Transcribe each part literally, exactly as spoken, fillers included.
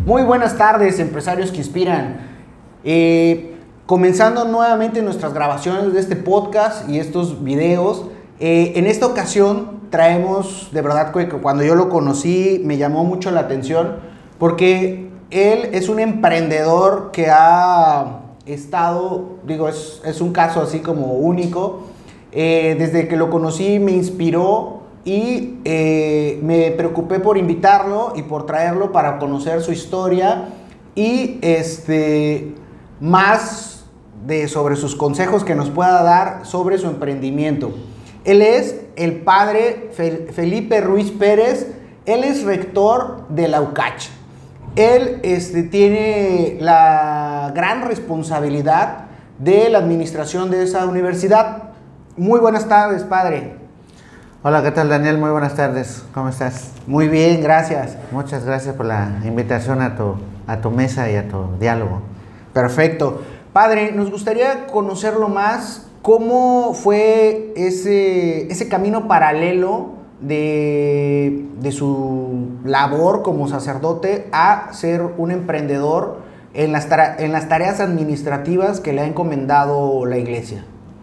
Muy buenas tardes, empresarios que inspiran. Eh, comenzando nuevamente nuestras grabaciones de este podcast y estos videos. Eh, en esta ocasión traemos, de verdad que cuando yo lo conocí me llamó mucho la atención porque él es un emprendedor que ha estado, digo, es, es un caso así como único. Eh, desde que lo conocí me inspiró y eh, me preocupé por invitarlo y por traerlo para conocer su historia y este, más de, sobre sus consejos que nos pueda dar sobre su emprendimiento. Él es el padre Felipe Ruiz Pérez, él es rector de la U C A Ch. Él este, tiene la gran responsabilidad de la administración de esa universidad. Muy buenas tardes, padre. Hola, ¿qué tal, Daniel? Muy buenas tardes. ¿Cómo estás? Muy bien, gracias. Muchas gracias por la invitación a tu, a tu mesa y a tu diálogo. Perfecto. Padre, nos gustaría conocerlo más. ¿Cómo fue ese, ese camino paralelo de, de su labor como sacerdote a ser un emprendedor en las, en las tareas administrativas que le ha encomendado la iglesia?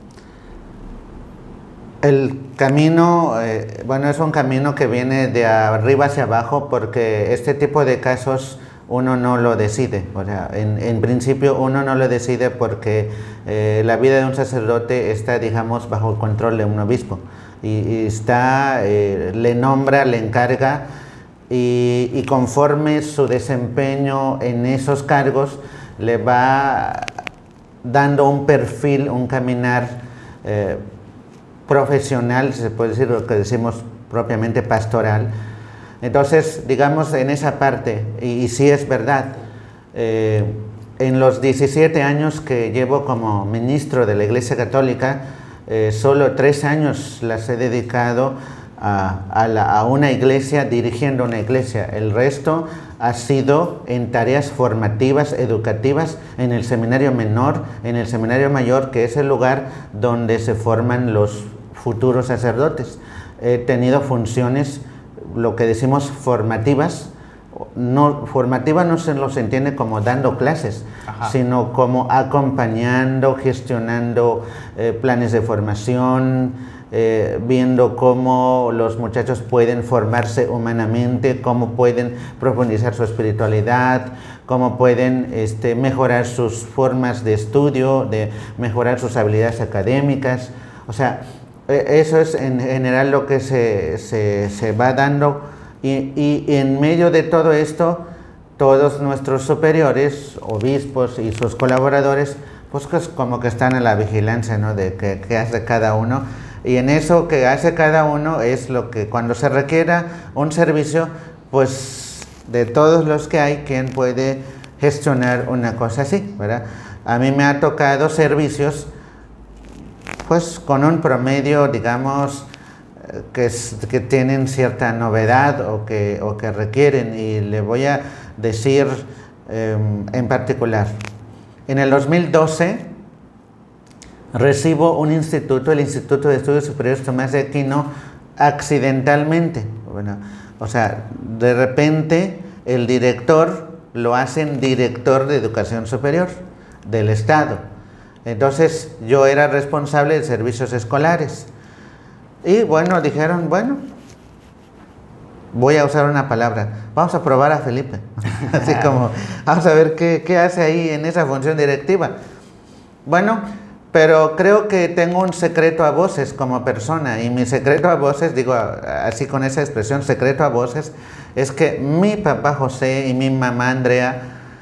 El camino, eh, bueno, es un camino que viene de arriba hacia abajo porque este tipo de casos uno no lo decide. O sea, en, en principio uno no lo decide porque eh, la vida de un sacerdote está, digamos, bajo el control de un obispo. Y, y está, eh, le nombra, le encarga y, y conforme su desempeño en esos cargos le va dando un perfil, un caminar eh, profesional, se puede decir lo que decimos propiamente pastoral. Entonces, digamos, en esa parte, y, y sí es verdad, eh, en los diecisiete años que llevo como ministro de la Iglesia Católica, eh, solo tres años las he dedicado a, a, la, a una iglesia, dirigiendo una iglesia. El resto ha sido en tareas formativas, educativas, en el seminario menor, en el seminario mayor, que es el lugar donde se forman los futuros sacerdotes. He tenido funciones, lo que decimos formativas. No, formativa no se los entiende como dando clases, Ajá. sino como acompañando, gestionando eh, planes de formación, eh, viendo cómo los muchachos pueden formarse humanamente, cómo pueden profundizar su espiritualidad, cómo pueden este, mejorar sus formas de estudio, de mejorar sus habilidades académicas. O sea, eso es en general lo que se, se, se va dando y, y en medio de todo esto, todos nuestros superiores, obispos y sus colaboradores, pues como que están a la vigilancia, ¿no? De qué, qué hace cada uno. Y en eso que hace cada uno es lo que cuando se requiera un servicio, pues de todos los que hay, ¿quién puede gestionar una cosa así, ¿verdad? A mí me ha tocado servicios pues con un promedio, digamos, que, es, que tienen cierta novedad o que, o que requieren, y le voy a decir eh, en particular. En el dos mil doce recibo un instituto, el Instituto de Estudios Superiores Tomás de Aquino, accidentalmente. Bueno, o sea, de repente el director lo hacen director de Educación Superior del Estado. Entonces yo era responsable de servicios escolares. Y bueno, dijeron, bueno, voy a usar una palabra, vamos a probar a Felipe. Así como, vamos a ver qué, qué hace ahí en esa función directiva. Bueno, pero creo que tengo un secreto a voces como persona. Y mi secreto a voces, digo así con esa expresión, secreto a voces, es que mi papá José y mi mamá Andrea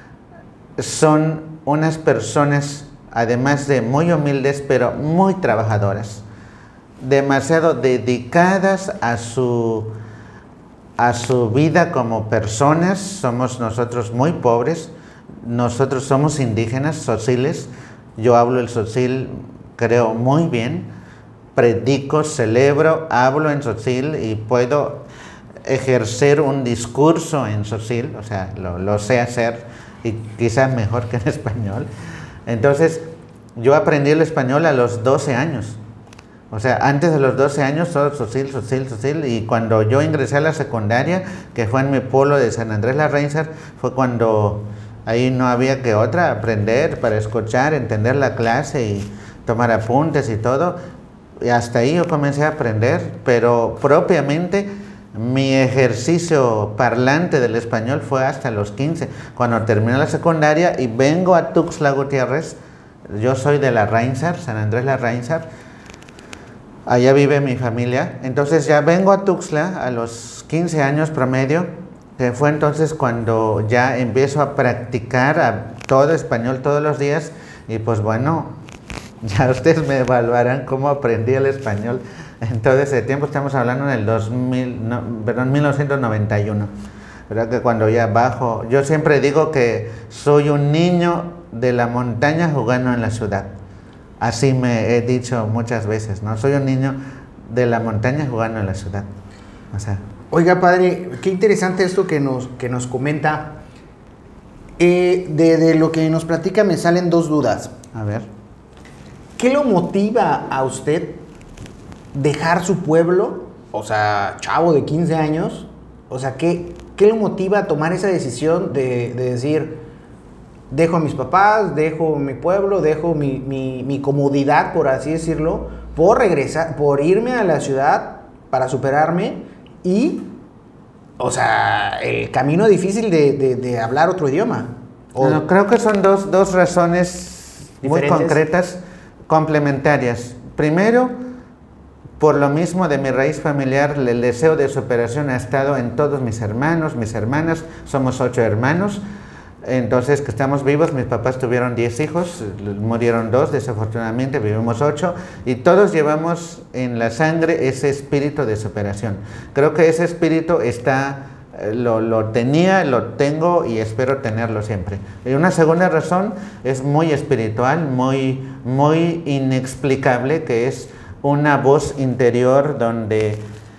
son unas personas, además de muy humildes, pero muy trabajadoras, demasiado dedicadas a su, a su vida como personas. Somos nosotros muy pobres, nosotros somos indígenas, tzotzilles. Yo hablo el tzotzil, creo, muy bien, predico, celebro, hablo en tzotzil y puedo ejercer un discurso en tzotzil, o sea, lo, lo sé hacer, y quizás mejor que en español. Entonces, yo aprendí el español a los doce años. O sea, antes de los doce años, solo Tzotzil, Tzotzil, Tzotzil. Y cuando yo ingresé a la secundaria, que fue en mi pueblo de San Andrés La Reinsar, fue cuando ahí no había que otra, aprender para escuchar, entender la clase y tomar apuntes y todo. Y hasta ahí yo comencé a aprender, pero propiamente mi ejercicio parlante del español fue hasta los quince, cuando terminé la secundaria y vengo a Tuxtla Gutiérrez. Yo soy de La Reinsar, San Andrés La Reinsar. Allá vive mi familia. Entonces ya vengo a Tuxtla a los quince años promedio, que fue entonces cuando ya empiezo a practicar a todo español todos los días. Y pues bueno, ya ustedes me evaluarán cómo aprendí el español en todo ese tiempo. Estamos hablando en el dos mil, no, perdón, mil novecientos noventa y uno. ¿Verdad? Que cuando ya bajo, yo siempre digo que soy un niño de la montaña jugando en la ciudad. Así me he dicho muchas veces, ¿no? Soy un niño de la montaña jugando en la ciudad. O sea. Oiga, padre, qué interesante esto que nos, que nos comenta. Eh, de, de lo que nos platica me salen dos dudas. A ver. ¿Qué lo motiva a usted dejar su pueblo? O sea, chavo de quince años. O sea, ¿qué, qué lo motiva a tomar esa decisión de, de decir... Dejo a mis papás, dejo mi pueblo, dejo mi, mi, mi comodidad, por así decirlo, por regresar, por irme a la ciudad para superarme y, o sea, el camino difícil de, de, de hablar otro idioma? O no, creo que son dos, dos razones muy concretas, complementarias. Primero, por lo mismo de mi raíz familiar, el deseo de superación ha estado en todos mis hermanos, mis hermanas, somos ocho hermanos. Entonces, que estamos vivos, mis papás tuvieron diez hijos, murieron dos, desafortunadamente vivimos ocho, y todos llevamos en la sangre ese espíritu de superación. Creo que ese espíritu está, lo, lo tenía, lo tengo y espero tenerlo siempre. Y una segunda razón es muy espiritual, muy, muy inexplicable, que es una voz interior donde...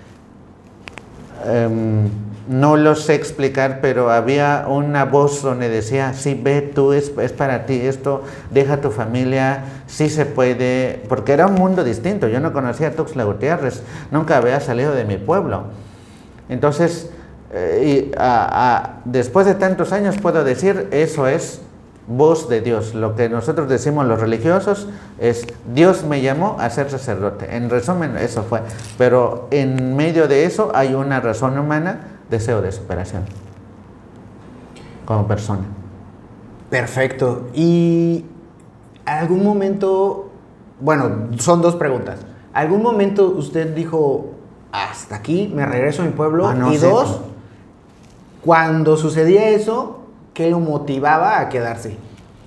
Um, no lo sé explicar, pero había una voz donde decía, sí, ve tú, es, es para ti esto, deja tu familia, sí se puede, porque era un mundo distinto. Yo no conocía a Tuxtla Gutiérrez, nunca había salido de mi pueblo. Entonces, eh, y a, a, después de tantos años puedo decir, eso es voz de Dios. Lo que nosotros decimos los religiosos es, Dios me llamó a ser sacerdote. En resumen, eso fue. Pero en medio de eso hay una razón humana, deseo de superación como persona. Perfecto. Y algún momento, bueno, son dos preguntas. ¿Algún momento usted dijo, hasta aquí, me regreso a mi pueblo? Ah, no y sé, dos, no. Cuando sucedía eso, ¿qué lo motivaba a quedarse?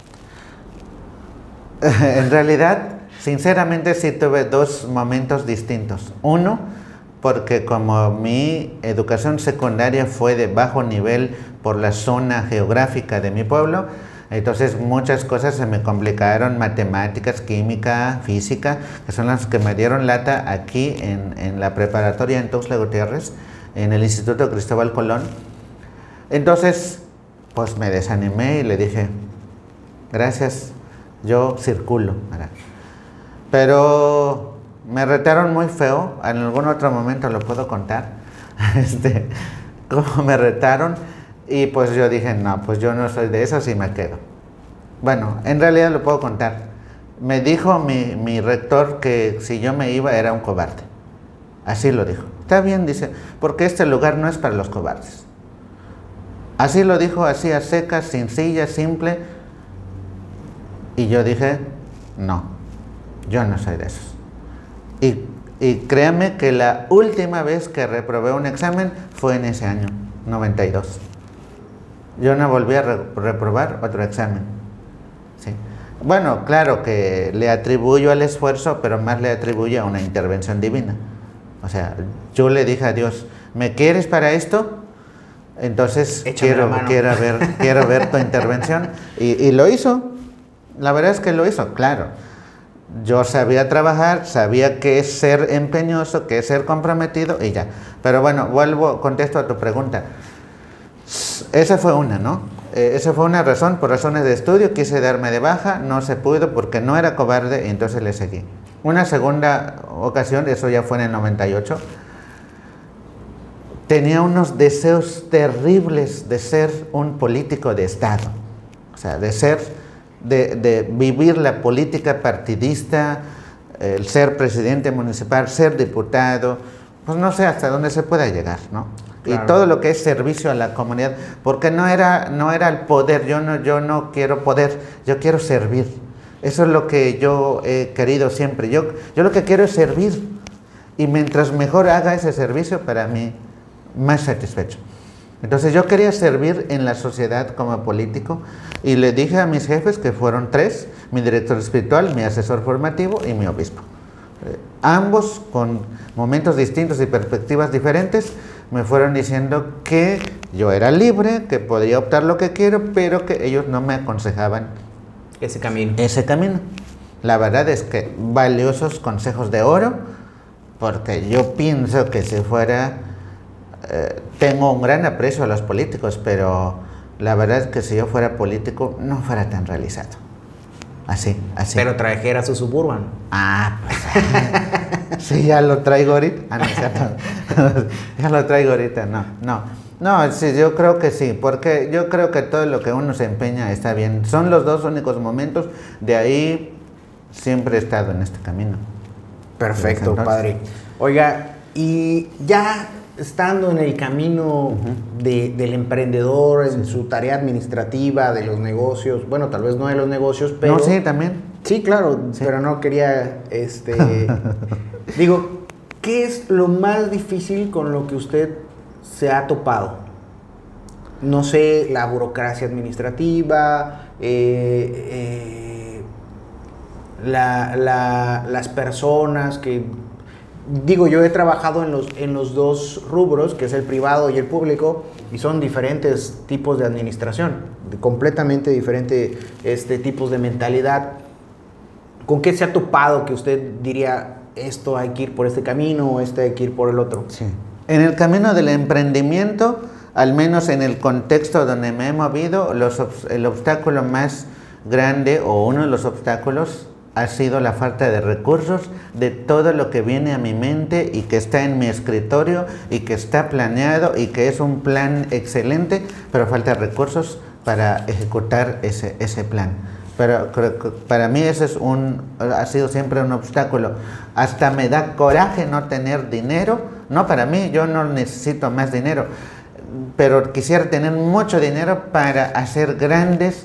En realidad, sinceramente sí tuve dos momentos distintos. Uno, porque como mi educación secundaria fue de bajo nivel por la zona geográfica de mi pueblo, entonces muchas cosas se me complicaron, matemáticas, química, física, que son las que me dieron lata aquí en, en la preparatoria en Tuxtla Gutiérrez, en el Instituto Cristóbal Colón. Entonces, pues me desanimé y le dije, gracias, yo circulo. Pero me retaron muy feo, en algún otro momento lo puedo contar, este, cómo me retaron, y pues yo dije, no, pues yo no soy de esos y me quedo. Bueno, en realidad lo puedo contar. Me dijo mi, mi rector que si yo me iba era un cobarde. Así lo dijo. Está bien, dice, porque este lugar no es para los cobardes. Así lo dijo, así a secas, sencilla, simple. Y yo dije, no, yo no soy de esos. Y, y créanme que la última vez que reprobé un examen fue en ese año, noventa y dos. Yo no volví a re reprobar otro examen. ¿Sí? Bueno, claro que le atribuyo al esfuerzo, pero más le atribuyo a una intervención divina. O sea, yo le dije a Dios, ¿me quieres para esto? Entonces quiero, quiero, ver, quiero ver tu intervención. Y, y lo hizo. La verdad es que lo hizo, claro. Yo sabía trabajar, sabía qué es ser empeñoso, qué es ser comprometido y ya. Pero bueno, vuelvo, contesto a tu pregunta. Esa fue una, ¿no? Eh, esa fue una razón, por razones de estudio, quise darme de baja, no se pudo porque no era cobarde y entonces le seguí. Una segunda ocasión, eso ya fue en el noventa y ocho, tenía unos deseos terribles de ser un político de Estado, o sea, de ser, de, de vivir la política partidista, el ser presidente municipal, ser diputado, pues no sé hasta dónde se pueda llegar, ¿no? Claro. Y todo lo que es servicio a la comunidad, porque no era, no era el poder, yo no, yo no quiero poder, yo quiero servir. Eso es lo que yo he querido siempre, yo, yo lo que quiero es servir, y mientras mejor haga ese servicio, para mí, más satisfecho. Entonces yo quería servir en la sociedad como político, y le dije a mis jefes, que fueron tres, mi director espiritual, mi asesor formativo y mi obispo. Eh, ambos, con momentos distintos y perspectivas diferentes, me fueron diciendo que yo era libre, que podía optar lo que quiero, pero que ellos no me aconsejaban ese camino. Ese camino. La verdad es que valiosos consejos de oro, porque yo pienso que si fuera... Eh, tengo un gran aprecio a los políticos, pero la verdad es que si yo fuera político no fuera tan realizado. Así, así. Pero trajera su Suburban. Ah, pues... sí, ya lo traigo ahorita. Ah, no, ya, ya lo traigo ahorita, no, no. No, sí, yo creo que sí, porque yo creo que todo lo que uno se empeña está bien. Son los dos únicos momentos, de ahí siempre he estado en este camino. Perfecto, padre. Oiga, y ya estando en el camino uh-huh. de, del emprendedor, en sí. su tarea administrativa, de los negocios, bueno, tal vez no de los negocios, pero... No, sí, también. Sí, claro, sí. pero no quería, este... digo, ¿qué es lo más difícil con lo que usted se ha topado? No sé, la burocracia administrativa, eh, eh, la, la, las personas que... Digo, yo he trabajado en los, en los dos rubros, que es el privado y el público, y son diferentes tipos de administración, de completamente diferentes este, tipos de mentalidad. ¿Con qué se ha topado que usted diría, esto hay que ir por este camino o este hay que ir por el otro? Sí. En el camino del emprendimiento, al menos en el contexto donde me he movido, los, el obstáculo más grande o uno de los obstáculos ha sido la falta de recursos de todo lo que viene a mi mente y que está en mi escritorio y que está planeado y que es un plan excelente, pero falta recursos para ejecutar ese, ese plan. Pero creo que para mí ese es un, ha sido siempre un obstáculo. Hasta me da coraje no tener dinero. No para mí, yo no necesito más dinero, pero quisiera tener mucho dinero para hacer grandes,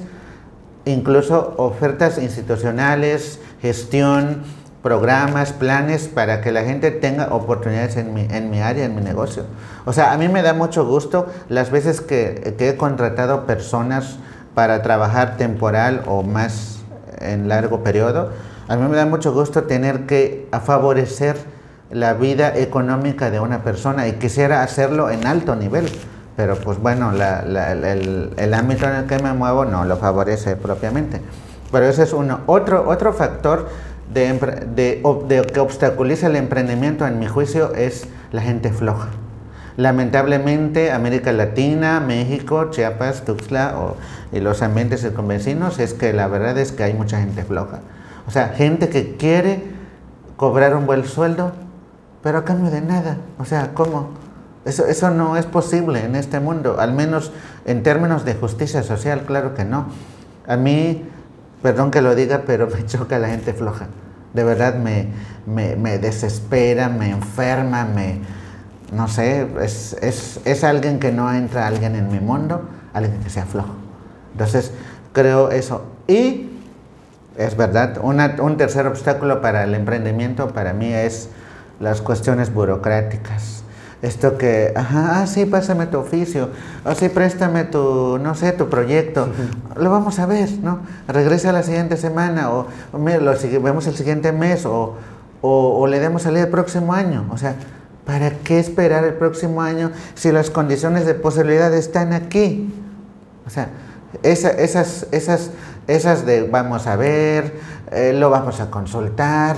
incluso ofertas institucionales, gestión, programas, planes para que la gente tenga oportunidades en mi, en mi área, en mi negocio. O sea, a mí me da mucho gusto las veces que, que he contratado personas para trabajar temporal o más en largo periodo. A mí me da mucho gusto tener que favorecer la vida económica de una persona y quisiera hacerlo en alto nivel. Pero pues bueno, la, la, el, el ámbito en el que me muevo no lo favorece propiamente. Pero ese es uno. Otro, otro factor de, de, de, que obstaculiza el emprendimiento, en mi juicio, es la gente floja. Lamentablemente, América Latina, México, Chiapas, Tuxtla o, y los ambientes circunvecinos, es que la verdad es que hay mucha gente floja. O sea, gente que quiere cobrar un buen sueldo, pero a cambio de nada. O sea, ¿cómo? Eso, eso no es posible en este mundo, al menos en términos de justicia social, claro que no. A mí, perdón que lo diga, pero me choca la gente floja. De verdad me, me, me desespera, me enferma, me... No sé, es, es, es alguien que no entra alguien en mi mundo, alguien que sea flojo. Entonces, creo eso. Y, es verdad, una, un tercer obstáculo para el emprendimiento para mí es las cuestiones burocráticas. Esto que, ajá, ah, sí, pásame tu oficio, o sí, préstame tu, no sé, tu proyecto, uh-huh. Lo vamos a ver, ¿no? Regresa la siguiente semana, o, o mira, lo vemos el siguiente mes, o, o, o le demos salir el próximo año. O sea, ¿para qué esperar el próximo año si las condiciones de posibilidad están aquí? O sea, esa, esas, esas, esas de vamos a ver, eh, lo vamos a consultar.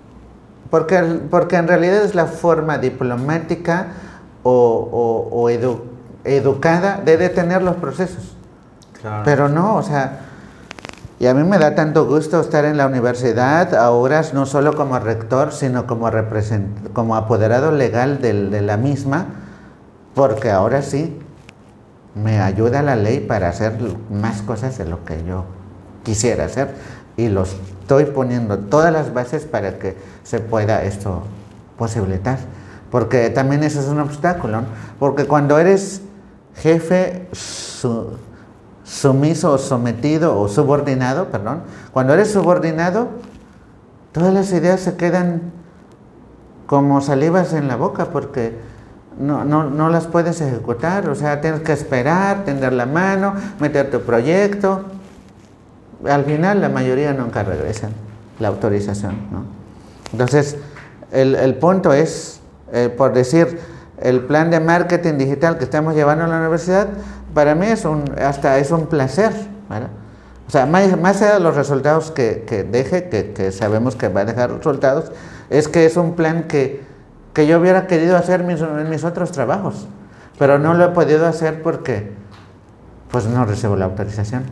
Porque, porque en realidad es la forma diplomática o, o, o edu, educada de detener los procesos. Claro. Pero no, o sea, Y a mí me da tanto gusto estar en la universidad ahora, no solo como rector, sino como, represent como apoderado legal de, de la misma, porque ahora sí me ayuda la ley para hacer más cosas de lo que yo quisiera hacer. Y lo estoy poniendo todas las bases para que se pueda esto posibilitar. Porque también eso es un obstáculo, ¿no? Porque cuando eres jefe su, sumiso o sometido o subordinado, perdón, cuando eres subordinado, todas las ideas se quedan como salivas en la boca porque no, no, no las puedes ejecutar. O sea, tienes que esperar, tender la mano, meter tu proyecto. Al final la mayoría nunca regresan la autorización, ¿no? Entonces, el, el punto es, eh, por decir, el plan de marketing digital que estamos llevando en la universidad, para mí es un, hasta es un placer, ¿verdad? O sea, más, más allá de los resultados que, que deje, que, que sabemos que va a dejar resultados, es que es un plan que, que yo hubiera querido hacer mis, en mis otros trabajos, pero no lo he podido hacer porque pues no recibo la autorización.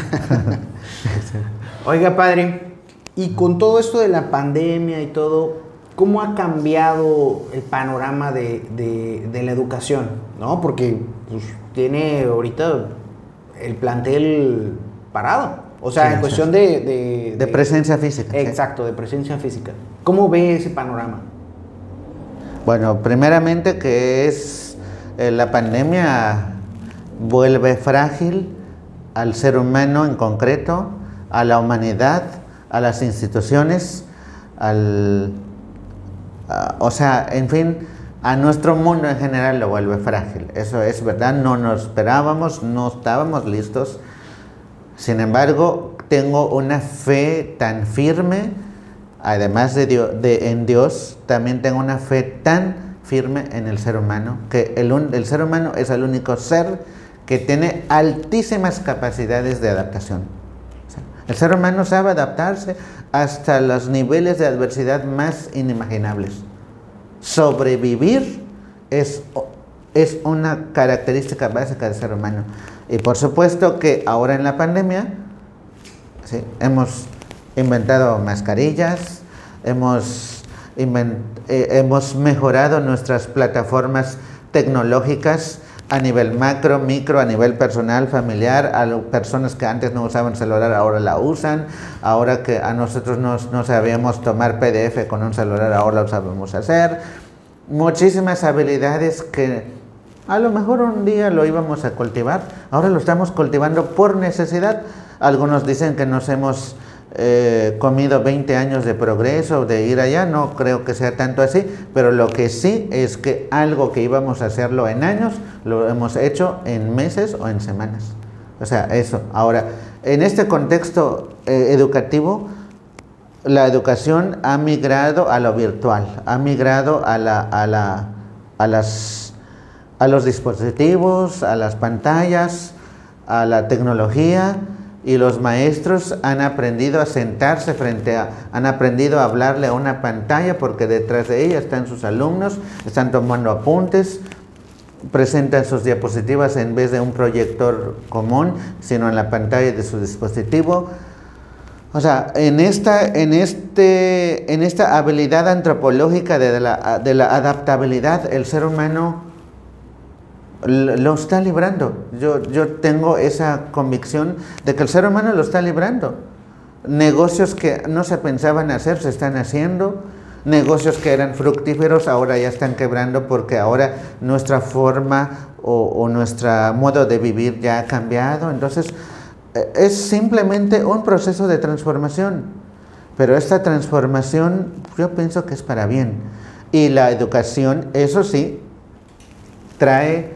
Oiga, padre, y con todo esto de la pandemia y todo, ¿cómo ha cambiado el panorama de, de, de la educación? ¿No? Porque pues, tiene ahorita el plantel parado. O sea, sí, en cuestión de, de, de... De presencia física. Exacto, ¿sí? De presencia física. ¿Cómo ve ese panorama? Bueno, primeramente que es eh, la pandemia vuelve frágil al ser humano en concreto, a la humanidad, a las instituciones, al, a, o sea, en fin, a nuestro mundo en general lo vuelve frágil. Eso es verdad, no nos esperábamos, no estábamos listos. Sin embargo, tengo una fe tan firme, además de, Dios, de en Dios, también tengo una fe tan firme en el ser humano, que el, el ser humano es el único ser que tiene altísimas capacidades de adaptación. O sea, el ser humano sabe adaptarse hasta los niveles de adversidad más inimaginables. Sobrevivir es, es una característica básica del ser humano. Y por supuesto que ahora en la pandemia, ¿sí?, hemos inventado mascarillas, hemos, invent, eh, hemos mejorado nuestras plataformas tecnológicas a nivel macro, micro, a nivel personal, familiar, a las personas que antes no usaban celular ahora la usan, ahora que a nosotros no, no sabíamos tomar P D F con un celular ahora lo sabemos hacer. Muchísimas habilidades que a lo mejor un día lo íbamos a cultivar, ahora lo estamos cultivando por necesidad. Algunos dicen que nos hemos eh, comido veinte años de progreso, de ir allá, no creo que sea tanto así, pero lo que sí es que algo que íbamos a hacerlo en años, lo hemos hecho en meses o en semanas. O sea, eso. Ahora, en este contexto eh, educativo, la educación ha migrado a lo virtual, ha migrado a, la, a, la, a, las, a los dispositivos, a las pantallas, a la tecnología. Y los maestros han aprendido a sentarse frente a, han aprendido a hablarle a una pantalla porque detrás de ella están sus alumnos, están tomando apuntes, presentan sus diapositivas en vez de un proyector común, sino en la pantalla de su dispositivo. O sea, en esta, en este, en esta habilidad antropológica de la, de la adaptabilidad, el ser humano lo está librando. Yo, yo tengo esa convicción de que el ser humano lo está librando. Negocios que no se pensaban hacer se están haciendo. Negocios que eran fructíferos ahora ya están quebrando porque ahora nuestra forma o, o nuestro modo de vivir ya ha cambiado. Entonces, es simplemente un proceso de transformación. Pero esta transformación yo pienso que es para bien. Y la educación, eso sí, trae...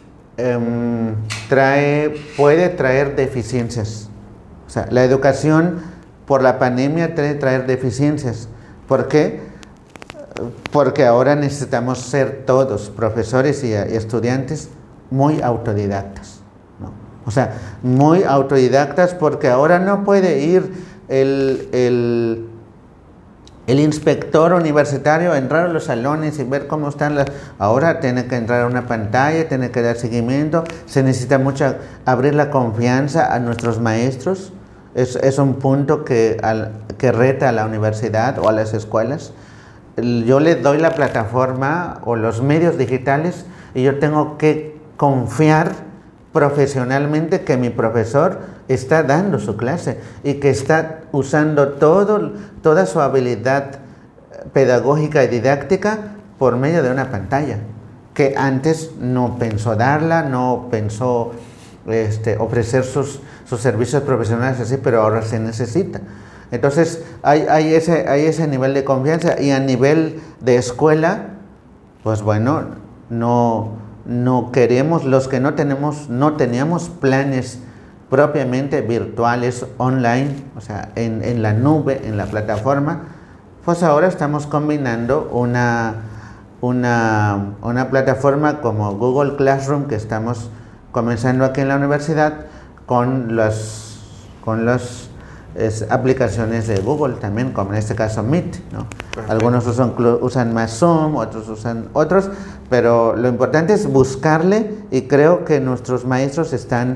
Um, trae, puede traer deficiencias. O sea, la educación por la pandemia trae traer deficiencias. ¿Por qué? Porque ahora necesitamos ser todos, profesores y, y estudiantes, muy autodidactas, ¿no? O sea, muy autodidactas porque ahora no puede ir el... el El inspector universitario, entrar a los salones y ver cómo están las... Ahora tiene que entrar a una pantalla, tiene que dar seguimiento, se necesita mucho abrir la confianza a nuestros maestros Es, es un punto que, al, que reta a la universidad o a las escuelas. Yo le doy la plataforma o los medios digitales y yo tengo que confiar profesionalmente que mi profesor está dando su clase y que está usando todo, toda su habilidad pedagógica y didáctica por medio de una pantalla, que antes no pensó darla, no pensó este, ofrecer sus, sus servicios profesionales así, pero ahora se necesita. Entonces hay, hay, ese, hay ese nivel de confianza, y a nivel de escuela, pues bueno, no, no queremos, los que no tenemos, no teníamos planes propiamente virtuales online, o sea, en, en la nube, en la plataforma, pues ahora estamos combinando una, una, una plataforma como Google Classroom, que estamos comenzando aquí en la universidad, con las con las es, aplicaciones de Google también, como en este caso Meet, ¿no? Algunos usan, usan más Zoom, otros usan otros, pero lo importante es buscarle, y creo que nuestros maestros están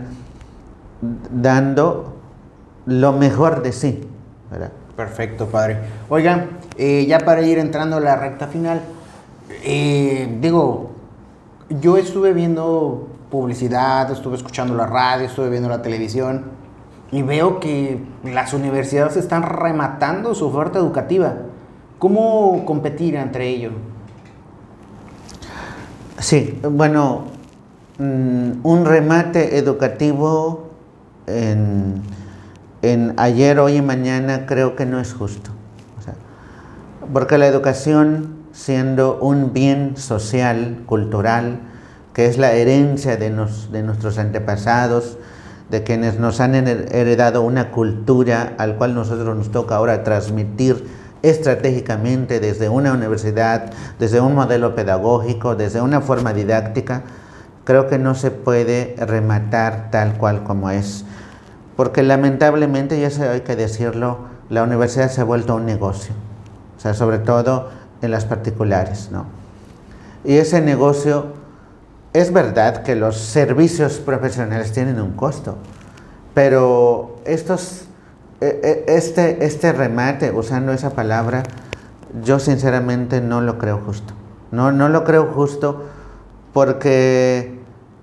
dando lo mejor de sí, ¿verdad? Perfecto, padre. Oigan, eh, ya para ir entrando a la recta final, eh, digo, yo estuve viendo publicidad, estuve escuchando la radio, estuve viendo la televisión, y veo que las universidades están rematando su oferta educativa. ¿Cómo competir entre ellos? Sí, bueno, un remate educativo en, en ayer, hoy y mañana creo que no es justo. O sea, porque la educación, siendo un bien social, cultural, que es la herencia de, nos, de nuestros antepasados, de quienes nos han heredado una cultura al cual nosotros nos toca ahora transmitir estratégicamente desde una universidad, desde un modelo pedagógico, desde una forma didáctica, creo que no se puede rematar tal cual como es. Porque lamentablemente, y eso hay que decirlo, la universidad se ha vuelto un negocio, o sea, sobre todo en las particulares, ¿no? Y ese negocio, es verdad que los servicios profesionales tienen un costo, pero estos, este, este remate, usando esa palabra, yo sinceramente no lo creo justo. No, no lo creo justo porque,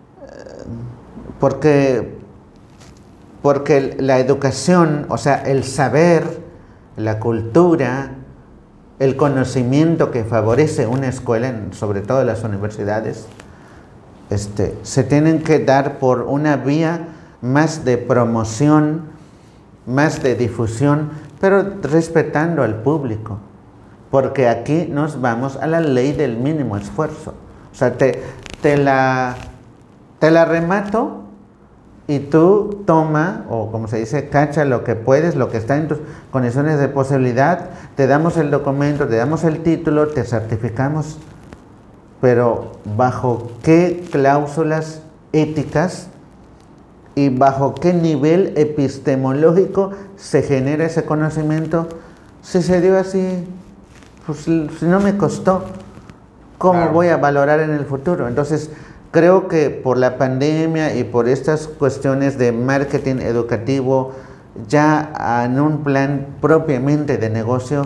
porque, porque la educación, o sea, el saber, la cultura, el conocimiento que favorece una escuela, sobre todo en las universidades, Este, se tienen que dar por una vía más de promoción, más de difusión, pero respetando al público, porque aquí nos vamos a la ley del mínimo esfuerzo. O sea, te, te, la, te la remato y tú toma, o como se dice, cacha lo que puedes, lo que está en tus condiciones de posibilidad, te damos el documento, te damos el título, te certificamos. Pero ¿bajo qué cláusulas éticas y bajo qué nivel epistemológico se genera ese conocimiento? Si se dio así, pues si no me costó, ¿cómo claro. voy a valorar en el futuro? Entonces, creo que por la pandemia y por estas cuestiones de marketing educativo, ya en un plan propiamente de negocio,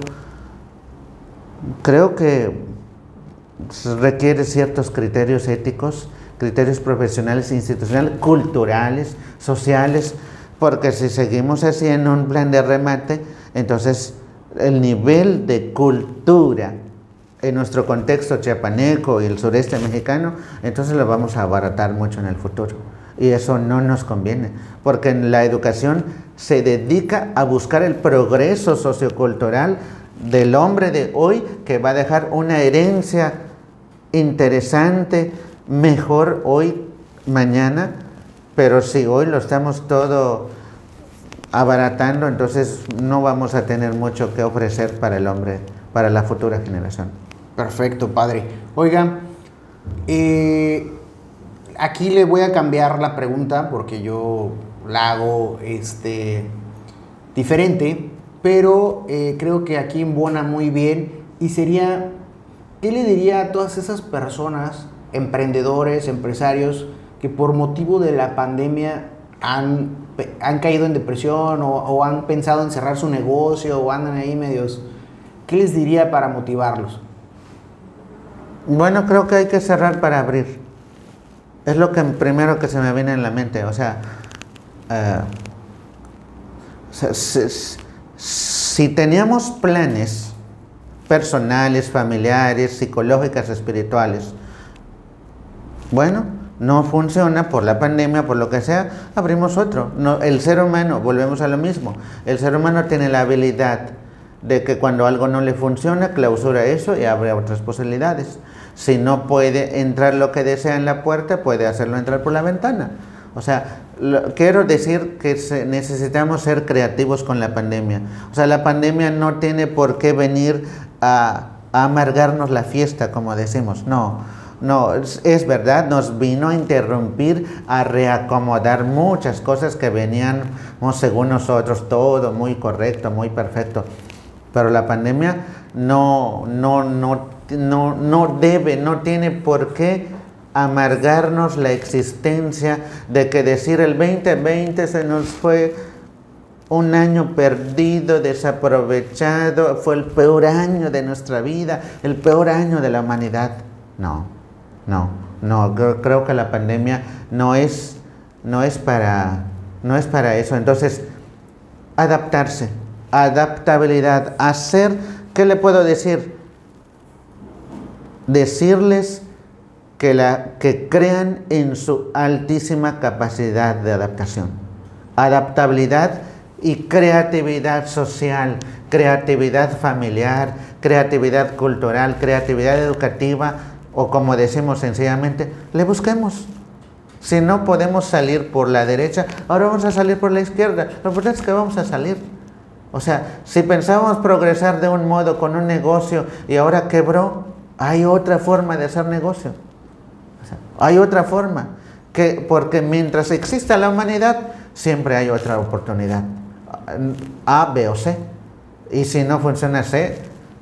creo que requiere ciertos criterios éticos, criterios profesionales, institucionales, culturales, sociales, porque si seguimos así en un plan de remate, entonces el nivel de cultura en nuestro contexto chiapaneco y el sureste mexicano, entonces lo vamos a abaratar mucho en el futuro. Y eso no nos conviene, porque en la educación se dedica a buscar el progreso sociocultural del hombre de hoy, que va a dejar una herencia interesante, mejor hoy, mañana, pero si hoy lo estamos todo abaratando, entonces no vamos a tener mucho que ofrecer para el hombre, para la futura generación. Perfecto, padre. Oiga, eh, aquí le voy a cambiar la pregunta porque yo la hago este, diferente, pero eh, creo que aquí embona muy bien, y sería, ¿qué le diría a todas esas personas, emprendedores, empresarios, que por motivo de la pandemia han, han caído en depresión o, o han pensado en cerrar su negocio o andan ahí medios, ¿qué les diría para motivarlos? Bueno, creo que hay que cerrar para abrir. Es lo que primero que se me viene en la mente. O sea, uh, si, si, si teníamos planes personales, familiares, psicológicas, espirituales, bueno, no funciona por la pandemia, por lo que sea, abrimos otro. No, el ser humano, volvemos a lo mismo, el ser humano tiene la habilidad de que cuando algo no le funciona, clausura eso y abre otras posibilidades. Si no puede entrar lo que desea en la puerta, puede hacerlo entrar por la ventana. O sea, lo, quiero decir que se, necesitamos ser creativos con la pandemia. O sea, la pandemia no tiene por qué venir a, a amargarnos la fiesta, como decimos. No, no, es, es verdad, nos vino a interrumpir, a reacomodar muchas cosas que venían según nosotros, todo muy correcto, muy perfecto. Pero la pandemia no, no, no, no, no debe, no tiene por qué amargarnos la existencia de que decir el veinte veinte se nos fue un año perdido, desaprovechado, fue el peor año de nuestra vida, el peor año de la humanidad. No, no, no, creo, creo que la pandemia no es, no es para, no es para eso. Entonces, adaptarse. Adaptabilidad, hacer, ¿qué le puedo decir? Decirles que, la, que crean en su altísima capacidad de adaptación. Adaptabilidad y creatividad social, creatividad familiar, creatividad cultural, creatividad educativa, o como decimos sencillamente, le busquemos. Si no podemos salir por la derecha, ahora vamos a salir por la izquierda. Lo importante es que vamos a salir. O sea, si pensábamos progresar de un modo con un negocio y ahora quebró, hay otra forma de hacer negocio. O sea, hay otra forma. Que, porque mientras exista la humanidad, siempre hay otra oportunidad. A, B o C. Y si no funciona C,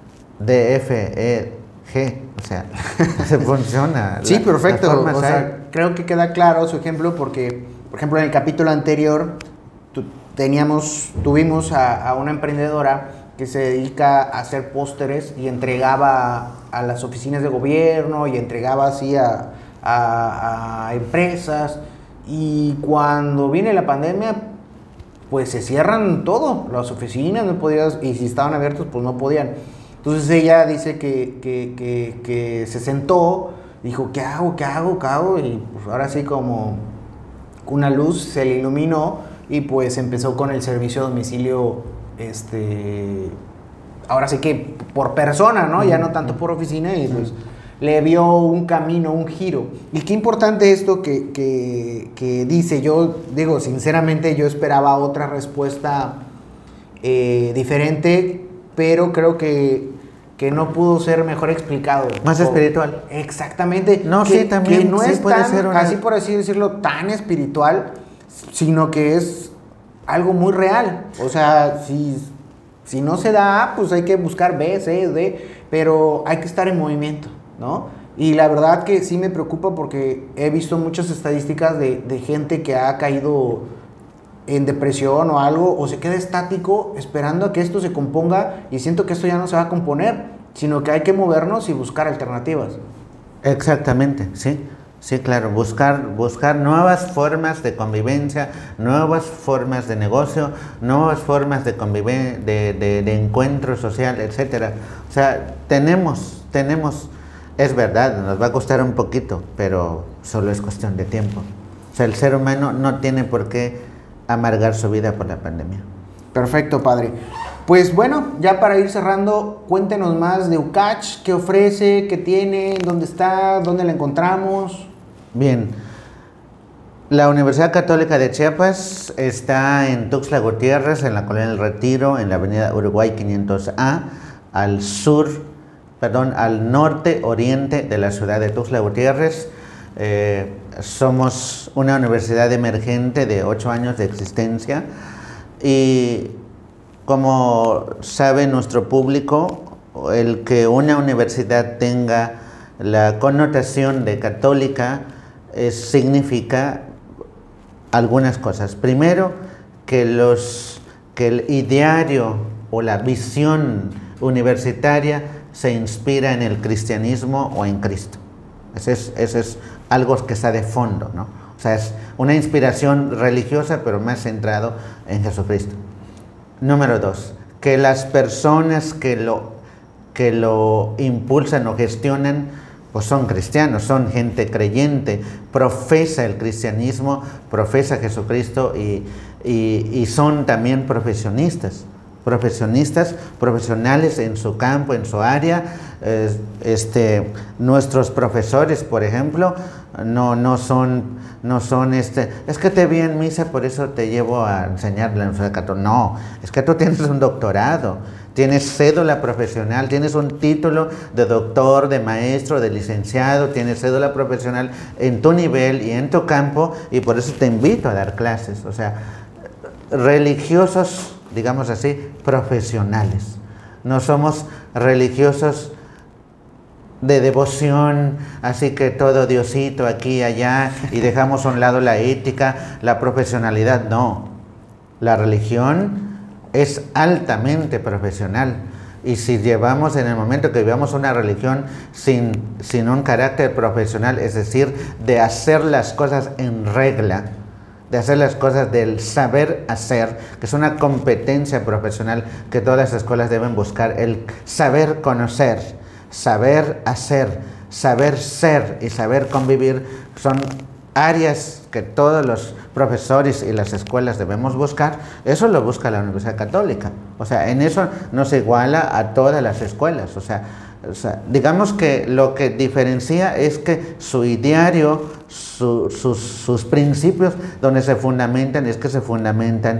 D, F, E, G. O sea, se funciona. Sí, la, perfecto. O sea, creo que queda claro su ejemplo porque, por ejemplo, en el capítulo anterior, tú, Teníamos, tuvimos a, a una emprendedora que se dedica a hacer pósteres y entregaba a, a las oficinas de gobierno y entregaba así a, a, a empresas. Y cuando viene la pandemia, pues se cierran todo, las oficinas no podías, y si estaban abiertos, pues no podían. Entonces ella dice que, que, que, que se sentó, dijo, ¿qué hago? ¿Qué hago? ¿Qué hago? Y pues ahora sí como una luz se le iluminó. Y pues empezó con el servicio a domicilio, este, ahora sí que por persona, ¿no? Ya no tanto por oficina, y pues le vio un camino, un giro. Y qué importante esto que, que, que dice. Yo digo, sinceramente, yo esperaba otra respuesta eh, diferente, pero creo que, que no pudo ser mejor explicado. Más o, espiritual. Exactamente. No, que, sí, también. Que no sí es puede tan, ser una... así por así decirlo, tan espiritual, sino que es algo muy real. O sea, si, si no se da A, pues hay que buscar B, C, D, pero hay que estar en movimiento, ¿no? Y la verdad que sí me preocupa porque he visto muchas estadísticas de, de gente que ha caído en depresión o algo, o se queda estático esperando a que esto se componga, y siento que esto ya no se va a componer, sino que hay que movernos y buscar alternativas. Exactamente, sí. Sí, claro, buscar, buscar nuevas formas de convivencia, nuevas formas de negocio, nuevas formas de, convive- de, de, de encuentro social, etcétera. O sea, tenemos, tenemos, es verdad, nos va a costar un poquito, pero solo es cuestión de tiempo. O sea, el ser humano no tiene por qué amargar su vida por la pandemia. Perfecto, padre. Pues bueno, ya para ir cerrando, cuéntenos más de UCACH, qué ofrece, qué tiene, dónde está, dónde la encontramos. Bien, la Universidad Católica de Chiapas está en Tuxtla Gutiérrez, en la Colonia del Retiro, en la avenida Uruguay quinientos A, al sur, perdón, al norte oriente de la ciudad de Tuxtla Gutiérrez. Eh, somos una universidad emergente de ocho años de existencia, y como sabe nuestro público, el que una universidad tenga la connotación de católica eh, significa algunas cosas. Primero, que, los, que el ideario o la visión universitaria se inspira en el cristianismo o en Cristo. Ese es, ese es algo que está de fondo, ¿no? O sea, es una inspiración religiosa, pero más centrado en Jesucristo. Número dos, que las personas que lo, que lo impulsan o gestionan, pues son cristianos, son gente creyente, profesa el cristianismo, profesa Jesucristo y, y, y son también profesionistas. Profesionistas, profesionales en su campo, en su área. Eh, este, nuestros profesores, por ejemplo, no, no son, no son este, es que te vi en misa, por eso te llevo a enseñar la Universidad Católica. No, es que tú tienes un doctorado, tienes cédula profesional, tienes un título de doctor, de maestro, de licenciado, tienes cédula profesional en tu nivel y en tu campo, y por eso te invito a dar clases. O sea, religiosos, digamos así, profesionales. No somos religiosos de devoción, así que todo Diosito aquí y allá, y dejamos a un lado la ética, la profesionalidad. No, la religión es altamente profesional. Y si llevamos en el momento que vivamos una religión sin, sin un carácter profesional, es decir, de hacer las cosas en regla, de hacer las cosas del saber hacer, que es una competencia profesional que todas las escuelas deben buscar, el saber conocer, saber hacer, saber ser y saber convivir, son áreas que todos los profesores y las escuelas debemos buscar. Eso lo busca la Universidad Católica. O sea, en eso no se iguala a todas las escuelas. O sea, O sea, digamos que lo que diferencia es que su ideario, su, sus, sus principios, donde se fundamentan, es que se fundamentan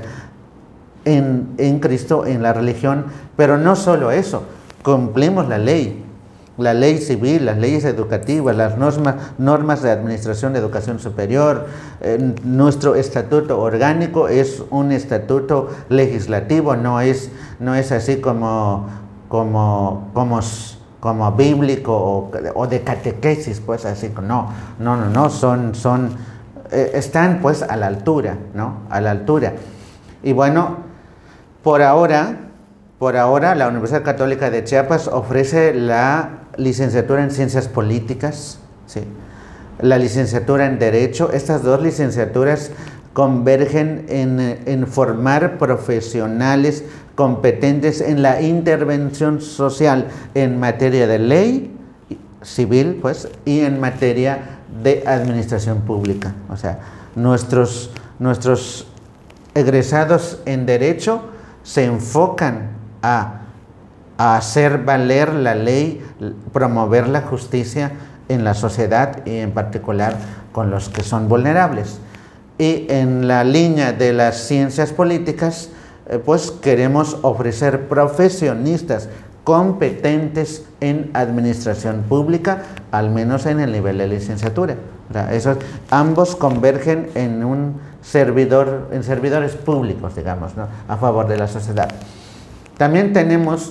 en, en Cristo, en la religión, pero no solo eso, cumplimos la ley, la ley civil, las leyes educativas, las normas, normas de administración de educación superior. Eh, nuestro estatuto orgánico es un estatuto legislativo, no es, no es así como, como, como como bíblico o, o de catequesis, pues así, no, no, no, no, son, son, eh, están pues a la altura, ¿no? A la altura. Y bueno, por ahora, por ahora la Universidad Católica de Chiapas ofrece la licenciatura en Ciencias Políticas, ¿sí? La licenciatura en Derecho. Estas dos licenciaturas convergen en, en formar profesionales competentes en la intervención social en materia de ley civil, pues, y en materia de administración pública. O sea, nuestros, nuestros egresados en Derecho se enfocan a, a hacer valer la ley, promover la justicia en la sociedad y en particular con los que son vulnerables. Y en la línea de las ciencias políticas, eh, pues queremos ofrecer profesionistas competentes en administración pública, al menos en el nivel de licenciatura. O sea, esos, ambos convergen en un servidor, en servidores públicos, digamos, ¿no? A favor de la sociedad. También tenemos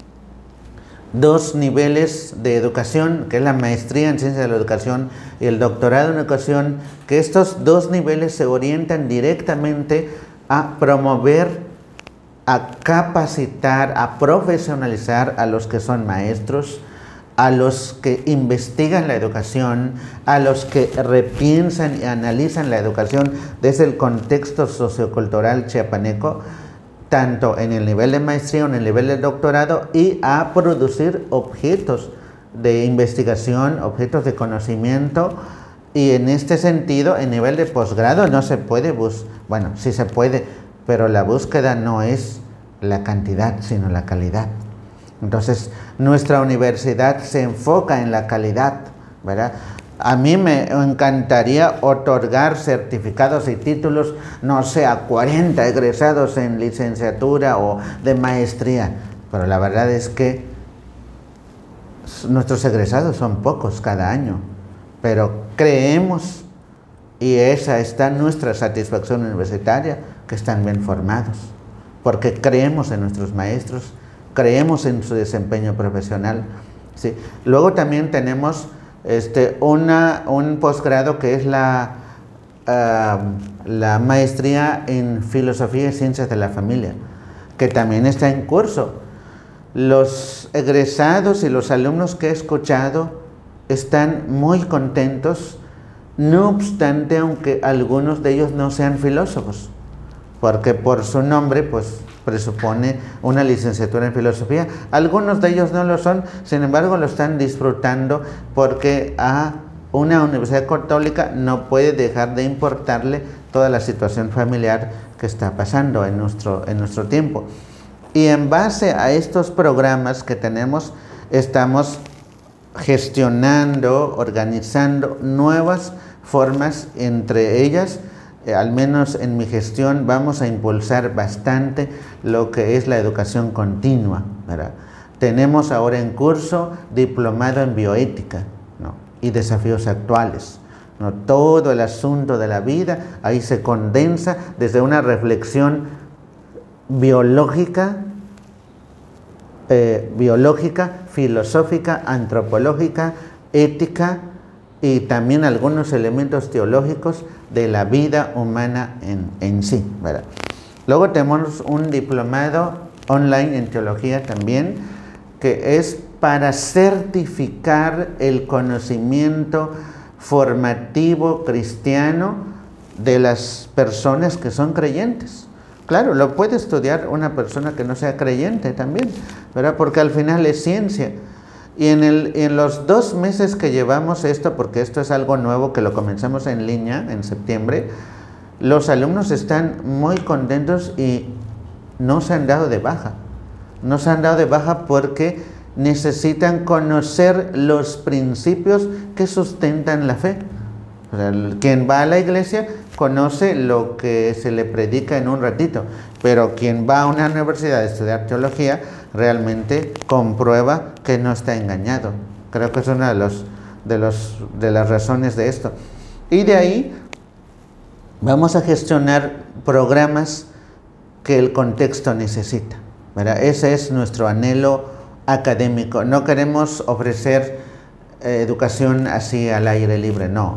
dos niveles de educación, que es la maestría en ciencias de la educación y el doctorado en educación, que estos dos niveles se orientan directamente a promover, a capacitar, a profesionalizar a los que son maestros, a los que investigan la educación, a los que repiensan y analizan la educación desde el contexto sociocultural chiapaneco, tanto en el nivel de maestría o en el nivel de doctorado, y a producir objetos de investigación, objetos de conocimiento. Y en este sentido, en nivel de posgrado no se puede buscar, bueno, sí se puede, pero la búsqueda no es la cantidad, sino la calidad. Entonces, nuestra universidad se enfoca en la calidad, ¿verdad? A mí me encantaría otorgar certificados y títulos, no sé, a cuarenta egresados en licenciatura o de maestría, pero la verdad es que nuestros egresados son pocos cada año, pero creemos, y esa está nuestra satisfacción universitaria, que están bien formados, porque creemos en nuestros maestros, creemos en su desempeño profesional, ¿sí? Luego también tenemos Este, una, un posgrado que es la, uh, la maestría en Filosofía y Ciencias de la Familia, que también está en curso. Los egresados y los alumnos que he escuchado están muy contentos, no obstante, aunque algunos de ellos no sean filósofos, porque por su nombre pues presupone una licenciatura en filosofía. Algunos de ellos no lo son, sin embargo lo están disfrutando porque a una universidad católica no puede dejar de importarle toda la situación familiar que está pasando en nuestro, en nuestro tiempo. Y en base a estos programas que tenemos, estamos gestionando, organizando nuevas formas, entre ellas, eh, al menos en mi gestión, vamos a impulsar bastante lo que es la educación continua, ¿verdad? Tenemos ahora en curso diplomado en bioética, ¿no? Y desafíos actuales, ¿no? Todo el asunto de la vida ahí se condensa desde una reflexión biológica, eh, biológica, filosófica, antropológica, ética y también algunos elementos teológicos de la vida humana en, en sí, ¿verdad? Luego tenemos un diplomado online en teología también, que es para certificar el conocimiento formativo cristiano de las personas que son creyentes. Claro, lo puede estudiar una persona que no sea creyente también, ¿verdad? Porque al final es ciencia. Y en, el, en los dos meses que llevamos esto, porque esto es algo nuevo que lo comenzamos en línea en septiembre, los alumnos están muy contentos y no se han dado de baja. No se han dado de baja porque necesitan conocer los principios que sustentan la fe. O sea, quien va a la iglesia conoce lo que se le predica en un ratito, pero quien va a una universidad a estudiar teología realmente comprueba que no está engañado. Creo que es una de, los, de, los, de las razones de esto. Y de ahí vamos a gestionar programas que el contexto necesita, ¿verdad? Ese es nuestro anhelo académico. No queremos ofrecer eh, educación así al aire libre, no.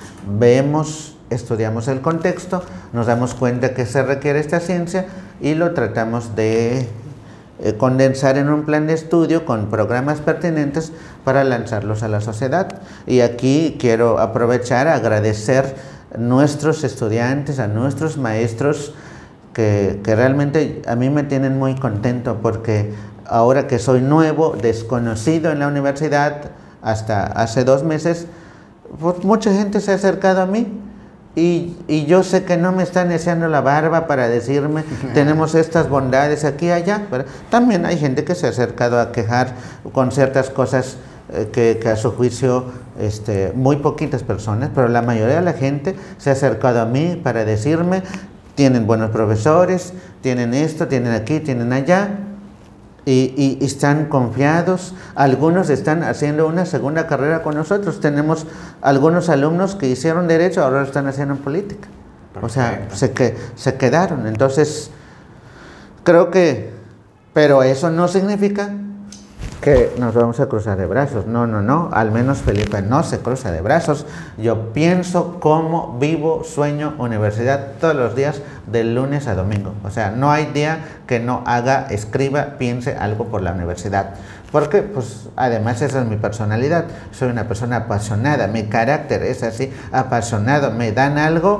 Vemos, estudiamos el contexto, nos damos cuenta que se requiere esta ciencia y lo tratamos de eh, condensar en un plan de estudio con programas pertinentes para lanzarlos a la sociedad. Y aquí quiero aprovechar a agradecer a nuestros estudiantes, a nuestros maestros, que, que realmente a mí me tienen muy contento, porque ahora que soy nuevo, desconocido en la universidad, hasta hace dos meses, pues mucha gente se ha acercado a mí y, y yo sé que no me están echando la barba para decirme tenemos estas bondades aquí y allá, pero también hay gente que se ha acercado a quejar con ciertas cosas eh, que, que a su juicio este, muy poquitas personas, pero la mayoría de la gente se ha acercado a mí para decirme tienen buenos profesores, tienen esto, tienen aquí, tienen allá. Y, y, y están confiados. Algunos están haciendo una segunda carrera con nosotros. Tenemos algunos alumnos que hicieron derecho, ahora lo están haciendo en política. Perfecto. O sea, se, que, se quedaron. Entonces, creo que, pero eso no significa que nos vamos a cruzar de brazos. No, no, no. Al menos Felipe no se cruza de brazos. Yo pienso, como, vivo, sueño universidad todos los días, de lunes a domingo. O sea, no hay día que no haga, escriba, piense algo por la universidad. Porque, pues, además esa es mi personalidad. Soy una persona apasionada. Mi carácter es así, apasionado. Me dan algo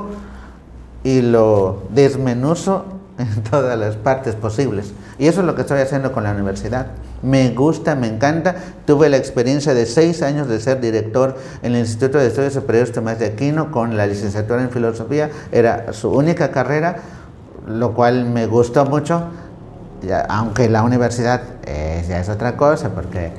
y lo desmenuzo en todas las partes posibles. Y eso es lo que estoy haciendo con la universidad. Me gusta, me encanta. Tuve la experiencia de seis años de ser director en el Instituto de Estudios Superiores Tomás de Aquino con la licenciatura en filosofía. Era su única carrera, lo cual me gustó mucho, ya, aunque la universidad eh, ya es otra cosa, porque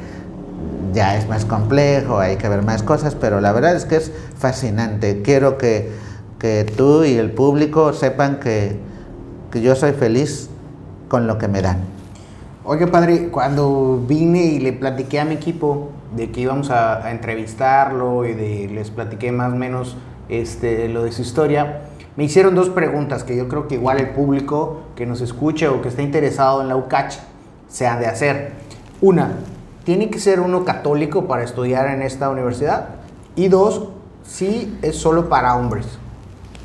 ya es más complejo, hay que ver más cosas, pero la verdad es que es fascinante. Quiero que, que tú y el público sepan que, que yo soy feliz con lo que me dan. Oye, padre, cuando vine y le platiqué a mi equipo de que íbamos a, a entrevistarlo y de, les platiqué más o menos este, lo de su historia, me hicieron dos preguntas que yo creo que igual el público que nos escuche o que esté interesado en la U C A Ch se ha de hacer. Una, ¿tiene que ser uno católico para estudiar en esta universidad? Y dos, ¿sí es solo para hombres?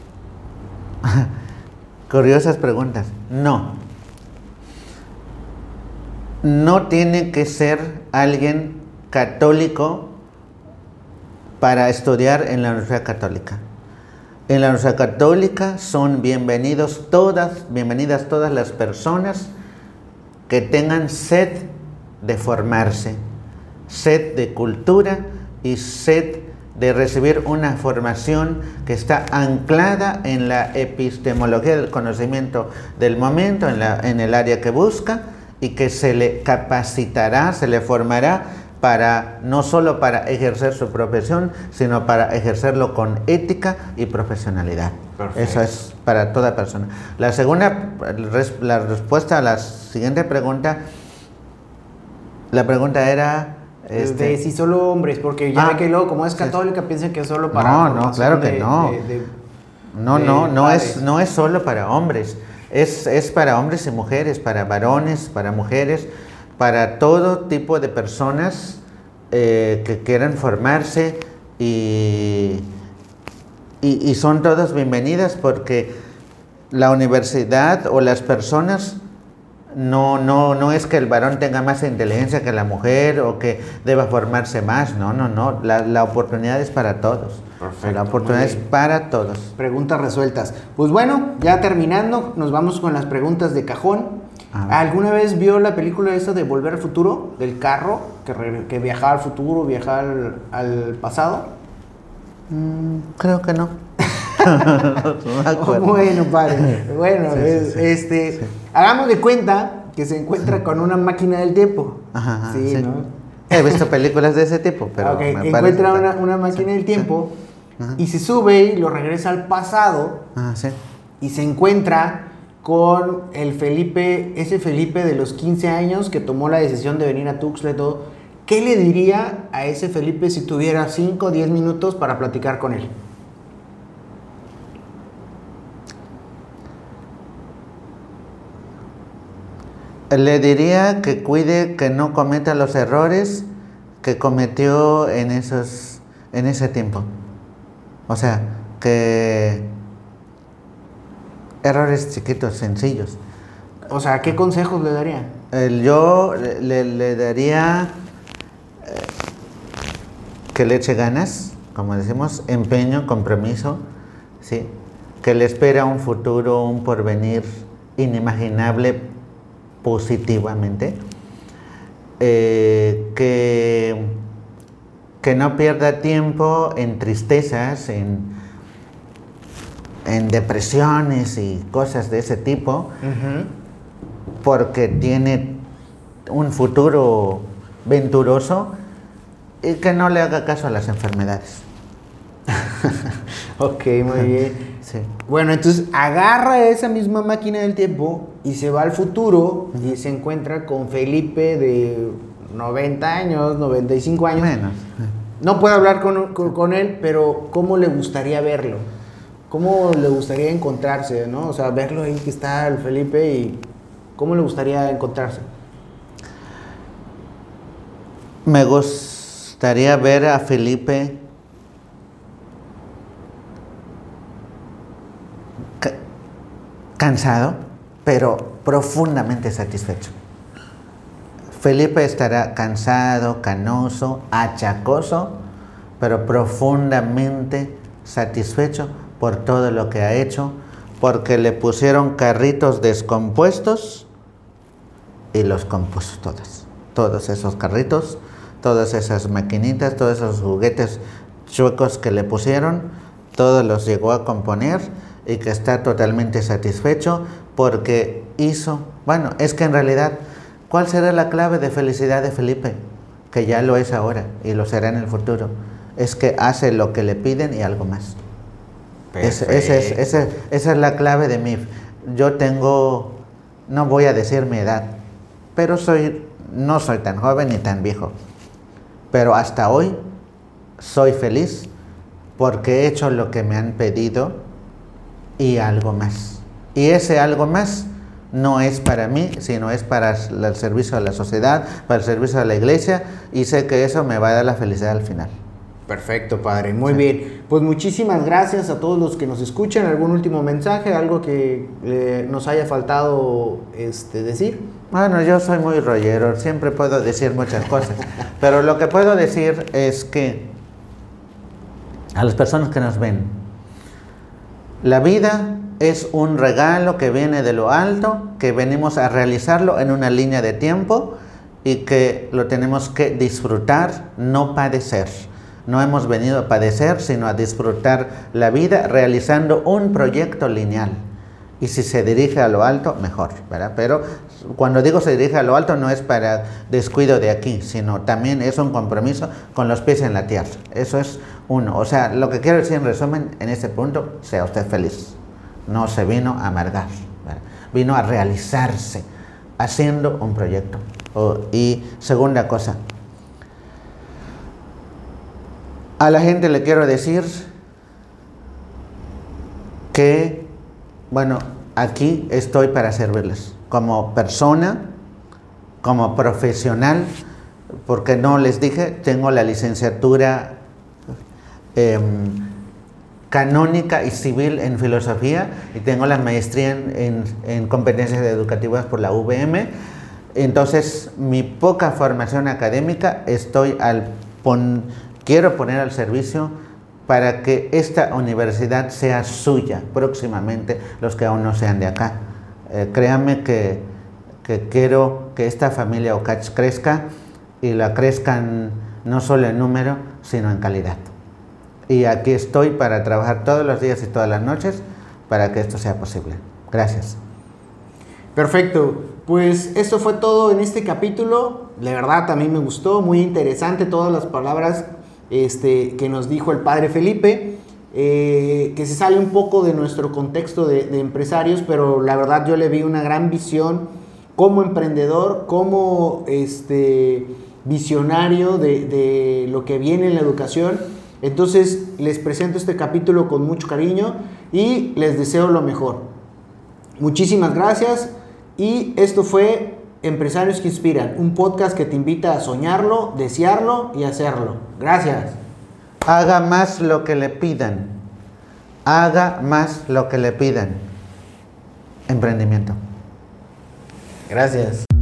Curiosas preguntas. No. No tiene que ser alguien católico para estudiar en la Universidad Católica. En la Universidad Católica son bienvenidos todas, bienvenidas todas las personas que tengan sed de formarse, sed de cultura y sed de recibir una formación que está anclada en la epistemología del conocimiento del momento, en, la, en el área que busca, y que se le capacitará, se le formará para, no solo para ejercer su profesión, sino para ejercerlo con ética y profesionalidad. Perfecto. Eso es para toda persona. La segunda, la respuesta a la siguiente pregunta, la pregunta era... Este, de si solo hombres, porque ya ah, ve que luego, como es católica, sí. piensan que es solo para... No, no, claro que de, no. De, de, no, de no, no es, no es solo para hombres. Es, es para hombres y mujeres, para varones, para mujeres, para todo tipo de personas eh, que quieran formarse y, y, y son todas bienvenidas, porque la universidad o las personas no, no, no es que el varón tenga más inteligencia que la mujer o que deba formarse más, no, no, no, la, la oportunidad es para todos. Perfecto, la oportunidad es para todos. Preguntas resueltas. Pues bueno, ya terminando, nos vamos con las preguntas de cajón. ¿Alguna vez vio la película esa de Volver al Futuro? Del carro, que, re, que viajaba al futuro, viajaba al, al pasado. Mm, creo que no. No me acuerdo. Bueno, padre. Bueno, sí, es, sí, sí. este, sí. hagamos de cuenta que se encuentra con una máquina del tiempo. Ajá, ajá, sí, sí, ¿no? He visto películas de ese tipo, pero okay, me encuentra una, una máquina sí, del tiempo sí. y se sube y lo regresa al pasado. Ajá, sí. Y se encuentra con el Felipe, ese Felipe de los quince años que tomó la decisión de venir a Tuxtla y todo. ¿Qué le diría a ese Felipe si tuviera cinco o diez minutos para platicar con él? Le diría que cuide, que no cometa los errores que cometió en esos, en ese tiempo. O sea, que errores chiquitos, sencillos. O sea, ¿qué consejos le daría? El, yo le, le daría eh, que le eche ganas, como decimos, empeño, compromiso, ¿sí? Que le espera un futuro, un porvenir inimaginable positivamente, eh, que, que no pierda tiempo en tristezas, en, en depresiones y cosas de ese tipo, uh-huh. porque tiene un futuro venturoso, y que no le haga caso a las enfermedades. Ok, muy bien. Sí. Bueno, entonces agarra esa misma máquina del tiempo y se va al futuro uh-huh. y se encuentra con Felipe de noventa años, noventa y cinco años. Menos. No puedo hablar con, con, con él, pero ¿cómo le gustaría verlo? ¿Cómo le gustaría encontrarse, no? O sea, verlo ahí que está el Felipe y ¿cómo le gustaría encontrarse? Me gustaría ver a Felipe cansado, pero profundamente satisfecho. Felipe estará cansado, canoso, achacoso, pero profundamente satisfecho por todo lo que ha hecho, porque le pusieron carritos descompuestos y los compuso todos. Todos esos carritos, todas esas maquinitas, todos esos juguetes chuecos que le pusieron, todos los llegó a componer, y que está totalmente satisfecho porque hizo, bueno, es que en realidad, ¿cuál será la clave de felicidad de Felipe? Que ya lo es ahora y lo será en el futuro. Es que hace lo que le piden y algo más. Esa es, esa, esa es la clave de mí. Yo tengo, no voy a decir mi edad, pero soy, no soy tan joven ni tan viejo. Pero hasta hoy soy feliz porque he hecho lo que me han pedido y algo más. Y ese algo más no es para mí, sino es para el servicio a la sociedad, para el servicio a la iglesia, y sé que eso me va a dar la felicidad al final. Perfecto, padre. Muy Sí. bien. Pues muchísimas gracias a todos los que nos escuchan. ¿Algún último mensaje? ¿Algo que eh, nos haya faltado este, decir? Bueno, yo soy muy rollero, siempre puedo decir muchas cosas, pero lo que puedo decir es que a las personas que nos ven, la vida es un regalo que viene de lo alto, que venimos a realizarlo en una línea de tiempo y que lo tenemos que disfrutar, no padecer. No hemos venido a padecer, sino a disfrutar la vida realizando un proyecto lineal. Y si se dirige a lo alto, mejor, ¿verdad? Pero cuando digo se dirige a lo alto no es para descuido de aquí, sino también es un compromiso con los pies en la tierra. Eso es uno. O sea, lo que quiero decir en resumen, en este punto, sea usted feliz. No se vino a amargar, ¿verdad? Vino a realizarse, haciendo un proyecto. Oh, y segunda cosa, a la gente le quiero decir que, bueno, aquí estoy para servirles, como persona, como profesional, porque no les dije, tengo la licenciatura eh, canónica y civil en filosofía y tengo la maestría en, en, en competencias educativas por la U V M. Entonces, mi poca formación académica estoy al pon, quiero poner al servicio para que esta universidad sea suya próximamente, los que aún no sean de acá. Eh, créanme que, que quiero que esta familia Okach crezca y la crezcan no solo en número, sino en calidad. Y aquí estoy para trabajar todos los días y todas las noches para que esto sea posible. Gracias. Perfecto, pues esto fue todo en este capítulo. La verdad a mí me gustó, muy interesante todas las palabras este, que nos dijo el padre Felipe, eh, que se sale un poco de nuestro contexto de, de empresarios, pero la verdad yo le vi una gran visión como emprendedor, como este, visionario de, de lo que viene en la educación. Entonces les presento este capítulo con mucho cariño y les deseo lo mejor. Muchísimas gracias. Y esto fue Empresarios que Inspiran, un podcast que te invita a soñarlo, desearlo y hacerlo. Gracias. Haga más lo que le pidan. Haga más lo que le pidan. Emprendimiento. Gracias.